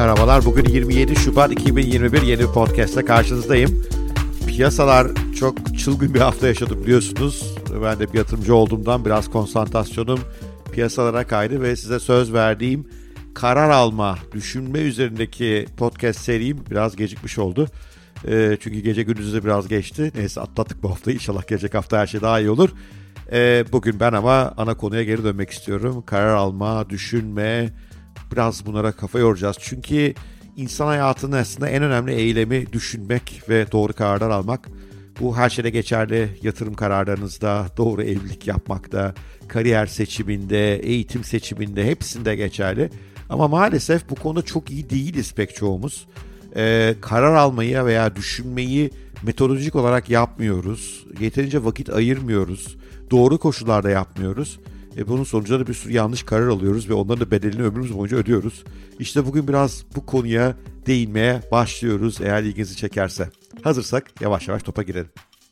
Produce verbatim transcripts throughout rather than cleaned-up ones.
Merhabalar, bugün yirmi yedi Şubat iki bin yirmi bir yeni bir podcast'la karşınızdayım. Piyasalar çok çılgın bir hafta yaşadı biliyorsunuz. Ben de bir yatırımcı olduğumdan biraz konsantrasyonum piyasalara kaydı ve size söz verdiğim karar alma, düşünme üzerindeki podcast serim biraz gecikmiş oldu. E, çünkü gece gündüzü de biraz geçti. Neyse atlattık bu haftayı. İnşallah gelecek hafta her şey daha iyi olur. E, bugün ben ama ana konuya geri dönmek istiyorum. Karar alma, düşünme, biraz bunlara kafa yoracağız. Çünkü insan hayatının aslında en önemli eylemi düşünmek ve doğru kararlar almak. Bu her şeyde geçerli. Yatırım kararlarınızda, doğru evlilik yapmakta, kariyer seçiminde, eğitim seçiminde hepsinde geçerli. Ama maalesef bu konuda çok iyi değiliz pek çoğumuz. Ee, karar almayı veya düşünmeyi metodolojik olarak yapmıyoruz. Yeterince vakit ayırmıyoruz. Doğru koşullarda yapmıyoruz. E bunun sonucunda da bir sürü yanlış karar alıyoruz ve onların da bedelini ömrümüz boyunca ödüyoruz. İşte bugün biraz bu konuya değinmeye başlıyoruz eğer ilginizi çekerse. Hazırsak yavaş yavaş topa girelim.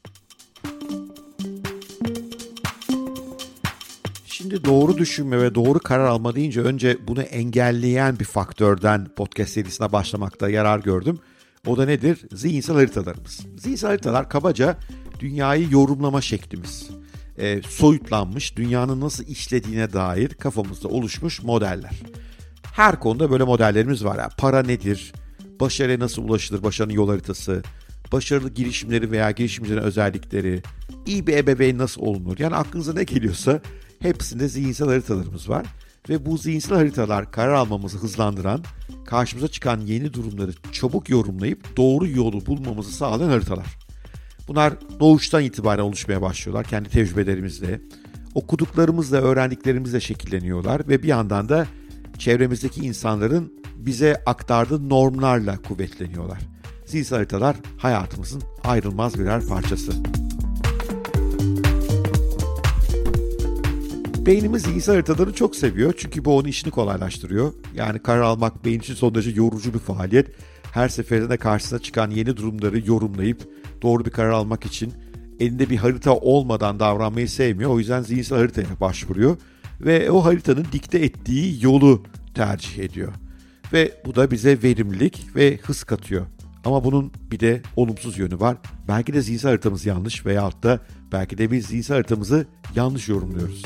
Şimdi doğru düşünme ve doğru karar alma deyince önce bunu engelleyen bir faktörden podcast serisine başlamakta yarar gördüm. O da nedir? Zihinsel haritalarımız. Zihinsel haritalar kabaca dünyayı yorumlama şeklimiz. E, soyutlanmış, dünyanın nasıl işlediğine dair kafamızda oluşmuş modeller. Her konuda böyle modellerimiz var. Yani para nedir? Başarıya nasıl ulaşılır? Başarının yol haritası. Başarılı girişimleri veya girişimcilerin özellikleri. İyi bir ebeveyn nasıl olunur? Yani aklınıza ne geliyorsa hepsinde zihinsel haritalarımız var. Ve bu zihinsel haritalar karar almamızı hızlandıran, karşımıza çıkan yeni durumları çabuk yorumlayıp doğru yolu bulmamızı sağlayan haritalar. Bunlar doğuştan itibaren oluşmaya başlıyorlar kendi tecrübelerimizle. Okuduklarımızla, öğrendiklerimizle şekilleniyorlar ve bir yandan da çevremizdeki insanların bize aktardığı normlarla kuvvetleniyorlar. Zihinsel haritalar hayatımızın ayrılmaz birer parçası. Beynimiz zihinsel haritaları çok seviyor çünkü bu onun işini kolaylaştırıyor. Yani karar almak beyin için son derece yorucu bir faaliyet. Her seferinde karşısına çıkan yeni durumları yorumlayıp doğru bir karar almak için elinde bir harita olmadan davranmayı sevmiyor. O yüzden zihinsel haritaya başvuruyor ve o haritanın dikte ettiği yolu tercih ediyor. Ve bu da bize verimlilik ve hız katıyor. Ama bunun bir de olumsuz yönü var. Belki de zihinsel haritamız yanlış veyahut da belki de biz zihinsel haritamızı yanlış yorumluyoruz.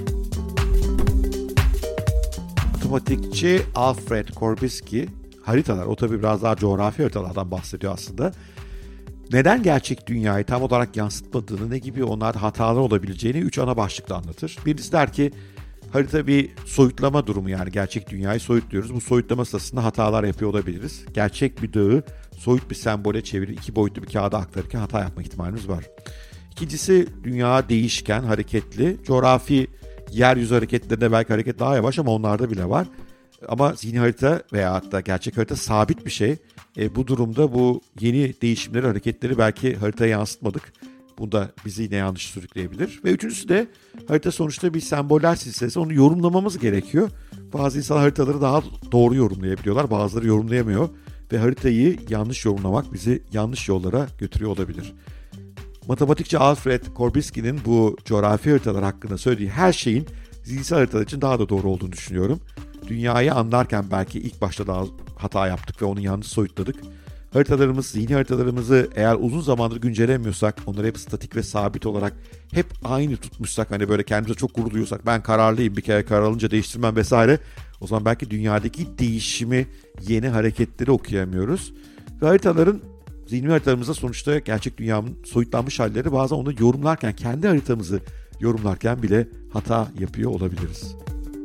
Matematikçi Alfred Korbisky haritalar, o tabii biraz daha coğrafi haritalardan bahsediyor aslında. Neden gerçek dünyayı tam olarak yansıtmadığını, ne gibi onlarda hatalar olabileceğini üç ana başlıkta anlatır. Birincisi der ki harita bir soyutlama durumu, yani gerçek dünyayı soyutluyoruz. Bu soyutlama sırasında hatalar yapıyor olabiliriz. Gerçek bir dağı soyut bir sembole çevirip iki boyutlu bir kağıda aktarırken hata yapma ihtimalimiz var. İkincisi dünya değişken, hareketli. Coğrafi yeryüzü hareketlerinde belki hareket daha yavaş ama onlarda bile var. Ama zihni harita veya hatta gerçek harita sabit bir şey. E, bu durumda bu yeni değişimleri, hareketleri belki haritaya yansıtmadık. Bu da bizi yine yanlış sürükleyebilir. Ve üçüncüsü de harita sonuçta bir semboller silsilesi. Onu yorumlamamız gerekiyor. Bazı insan haritaları daha doğru yorumlayabiliyorlar. Bazıları yorumlayamıyor. Ve haritayı yanlış yorumlamak bizi yanlış yollara götürüyor olabilir. Matematikçi Alfred Korbisky'nin bu coğrafi haritalar hakkında söylediği her şeyin zihinsel haritalar için daha da doğru olduğunu düşünüyorum. Dünyayı anlarken belki ilk başta daha hata yaptık ve onu yanlış soyutladık. Haritalarımız, zihni haritalarımızı eğer uzun zamandır güncellemiyorsak, onları hep statik ve sabit olarak hep aynı tutmuşsak, hani böyle kendimize çok gurur duyuyorsak, ben kararlıyım, bir kere karar alınca değiştirmem vesaire, o zaman belki dünyadaki değişimi, yeni hareketleri okuyamıyoruz. Ve haritaların, zihni haritalarımızda sonuçta gerçek dünyanın soyutlanmış halleri, bazen onu yorumlarken, kendi haritamızı yorumlarken bile hata yapıyor olabiliriz.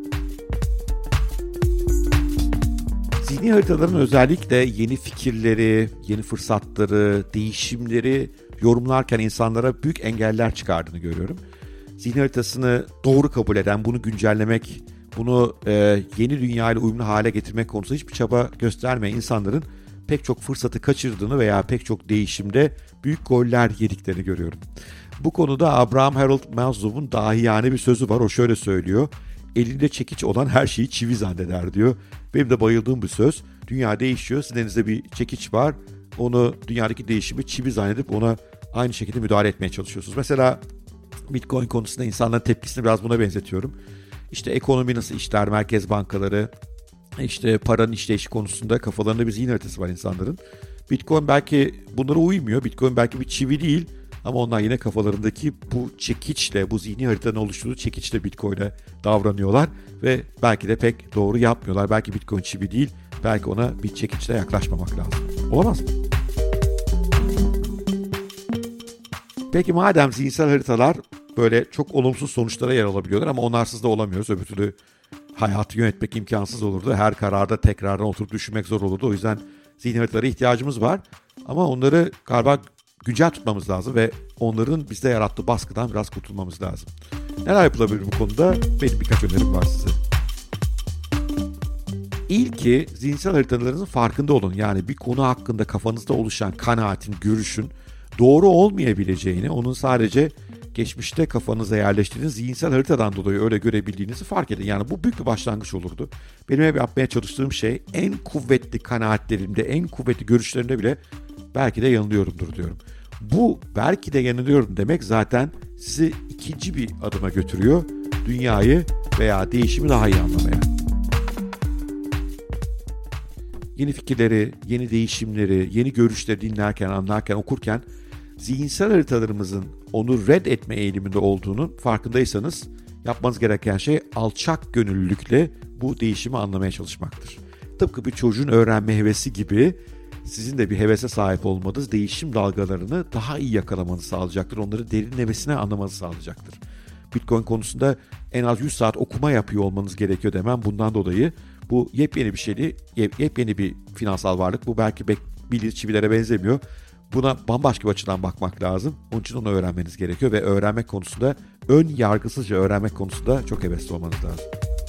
Zihni haritaların özellikle yeni fikirleri, yeni fırsatları, değişimleri yorumlarken insanlara büyük engeller çıkardığını görüyorum. Zihni haritasını doğru kabul eden, bunu güncellemek, bunu e, yeni dünyayla uyumlu hale getirmek konusunda hiçbir çaba göstermeyen insanların pek çok fırsatı kaçırdığını veya pek çok değişimde büyük goller yediklerini görüyorum. Bu konuda Abraham Harold Maslow'un dahiyane bir sözü var. O şöyle söylüyor: elinde çekiç olan her şeyi çivi zanneder diyor. Benim de bayıldığım bir söz. Dünya değişiyor. Sizin elinizde bir çekiç var. Onu, dünyadaki değişimi çivi zannedip ona aynı şekilde müdahale etmeye çalışıyorsunuz. Mesela Bitcoin konusunda insanların tepkisini biraz buna benzetiyorum. İşte ekonomi nasıl işler, merkez bankaları, işte paranın işleyişi konusunda kafalarında bir zihin haritası var insanların. Bitcoin belki bunlara uymuyor. Bitcoin belki bir çivi değil. Ama onlar yine kafalarındaki bu çekiçle, bu zihni haritanın oluşturduğu çekiçle Bitcoin'e davranıyorlar. Ve belki de pek doğru yapmıyorlar. Belki Bitcoin çivi değil, belki ona bir çekiçle yaklaşmamak lazım. Olamaz mı? Peki madem zihinsel haritalar böyle çok olumsuz sonuçlara yer alabiliyorlar ama onlarsız da olamıyoruz. Öbür türlü hayatı yönetmek imkansız olurdu. Her kararda tekrardan oturup düşünmek zor olurdu. O yüzden zihin haritalara ihtiyacımız var. Ama onları galiba güncel tutmamız lazım ve onların bizde yarattığı baskıdan biraz kurtulmamız lazım. Neler yapılabilir bu konuda? Benim birkaç önerim var size. İlki zihinsel haritalarınızın farkında olun. Yani bir konu hakkında kafanızda oluşan kanaatin, görüşün doğru olmayabileceğini, onun sadece geçmişte kafanıza yerleştirdiğiniz zihinsel haritadan dolayı öyle görebildiğinizi fark edin. Yani bu büyük bir başlangıç olurdu. Benim hep yapmaya çalıştığım şey en kuvvetli kanaatlerimde, en kuvvetli görüşlerimde bile belki de yanılıyorumdur diyorum. Bu belki de yanılıyorum demek zaten sizi ikinci bir adıma götürüyor. Dünyayı veya değişimi daha iyi anlamaya. Yeni fikirleri, yeni değişimleri, yeni görüşleri dinlerken, anlarken, okurken zihinsel haritalarımızın onu red etme eğiliminde olduğunun farkındaysanız yapmanız gereken şey alçak gönüllülükle bu değişimi anlamaya çalışmaktır. Tıpkı bir çocuğun öğrenme hevesi gibi sizin de bir hevese sahip olmanız değişim dalgalarını daha iyi yakalamanızı sağlayacaktır. Onları derinlemesine anlamanızı sağlayacaktır. Bitcoin konusunda en az yüz saat okuma yapıyor olmanız gerekiyor demem bundan dolayı. Bu yepyeni bir şey, yepyeni bir finansal varlık. Bu belki bilir çivilere benzemiyor. Buna bambaşka bir açıdan bakmak lazım. Onun için onu öğrenmeniz gerekiyor ve öğrenmek konusunda, ön yargısızca öğrenmek konusunda çok hevesli olmanız lazım.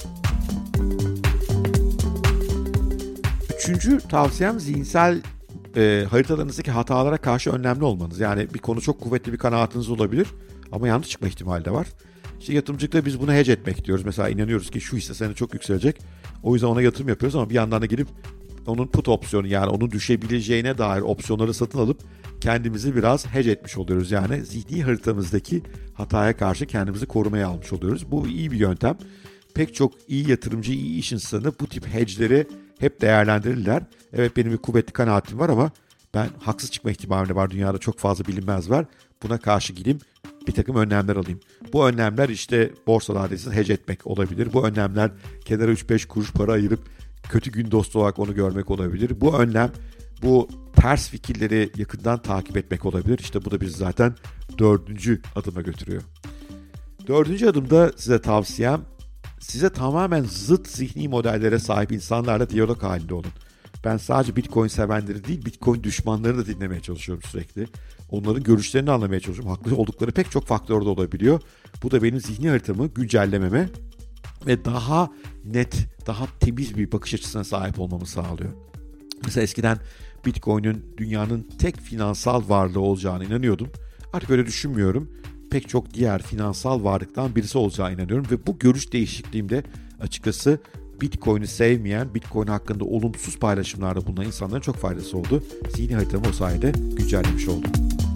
Üçüncü tavsiyem zihinsel e, haritalarınızdaki hatalara karşı önlemli olmanız. Yani bir konu çok kuvvetli bir kanaatiniz olabilir ama yanlış çıkma ihtimali de var. İşte yatırımcılıkta biz buna hedge etmek diyoruz. Mesela inanıyoruz ki şu hisse senedi çok yükselecek. O yüzden ona yatırım yapıyoruz ama bir yandan da gelip onun put opsiyonu yani onun düşebileceğine dair opsiyonları satın alıp kendimizi biraz hedge etmiş oluyoruz. Yani zihni haritamızdaki hataya karşı kendimizi korumaya almış oluyoruz. Bu iyi bir yöntem. Pek çok iyi yatırımcı, iyi iş insanı bu tip hedge'leri hep değerlendirirler. Evet benim bir kuvvetli kanaatim var ama ben haksız çıkma ihtimali var. Dünyada çok fazla bilinmez var. Buna karşı gideyim, bir takım önlemler alayım. Bu önlemler işte borsalardaysanız hedge etmek olabilir. Bu önlemler kenara üç beş kuruş para ayırıp kötü gün dostu olarak onu görmek olabilir. Bu önlem, bu ters fikirleri yakından takip etmek olabilir. İşte bu da bizi zaten dördüncü adıma götürüyor. Dördüncü adımda size tavsiyem, size tamamen zıt zihni modellere sahip insanlarla diyalog halinde olun. Ben sadece Bitcoin sevenleri değil, Bitcoin düşmanlarını da dinlemeye çalışıyorum sürekli. Onların görüşlerini anlamaya çalışıyorum. Haklı oldukları pek çok faktör de olabiliyor. Bu da benim zihni haritamı güncellememe ve daha net, daha temiz bir bakış açısına sahip olmamı sağlıyor. Mesela eskiden Bitcoin'in dünyanın tek finansal varlığı olacağına inanıyordum. Artık öyle düşünmüyorum. Pek çok diğer finansal varlıktan birisi olacağına inanıyorum ve bu görüş değişikliğimde açıkçası Bitcoin'i sevmeyen, Bitcoin hakkında olumsuz paylaşımlarda bulunan insanların çok faydası oldu. Zihni haritamı o sayede güncellemiş oldum.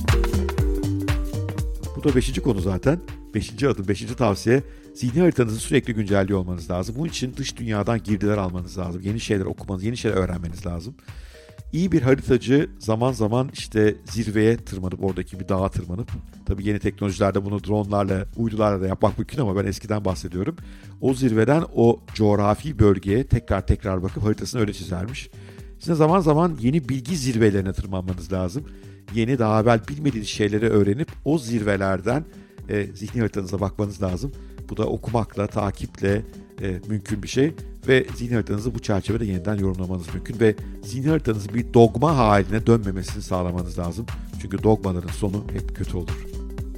Bu da beşinci konu zaten. Beşinci adım, beşinci tavsiye. Zihni haritanızı sürekli güncelliyor olmanız lazım. Bunun için dış dünyadan girdiler almanız lazım. Yeni şeyler okumanız, yeni şeyler öğrenmeniz lazım. İyi bir haritacı zaman zaman işte zirveye tırmanıp, oradaki bir dağa tırmanıp, tabii yeni teknolojilerde bunu dronlarla, uydularla da yapmak mümkün ama ben eskiden bahsediyorum. O zirveden o coğrafi bölgeye tekrar tekrar bakıp haritasını öyle çizermiş. Size zaman zaman yeni bilgi zirvelerine tırmanmanız lazım. Yeni, daha evvel bilmediğiniz şeyleri öğrenip o zirvelerden e, zihni haritanıza bakmanız lazım. Bu da okumakla, takiple e, mümkün bir şey. Ve zihni haritanızı bu çerçevede yeniden yorumlamanız mümkün. Ve zihni haritanızın bir dogma haline dönmemesini sağlamanız lazım. Çünkü dogmaların sonu hep kötü olur.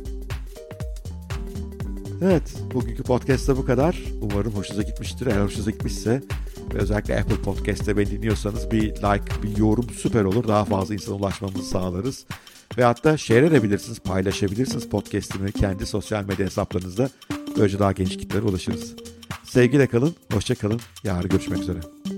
Evet, bugünkü podcast'ta bu kadar. Umarım hoşunuza gitmiştir. Eğer hoşunuza gitmişse ve özellikle Apple Podcast'te beni dinliyorsanız bir like, bir yorum süper olur. Daha fazla insana ulaşmamızı sağlarız. Ve hatta share edebilirsiniz, paylaşabilirsiniz podcast'imi kendi sosyal medya hesaplarınızda. Böylece daha geniş kitlere ulaşırız. Sevgiyle kalın, hoşça kalın. Yarın görüşmek üzere.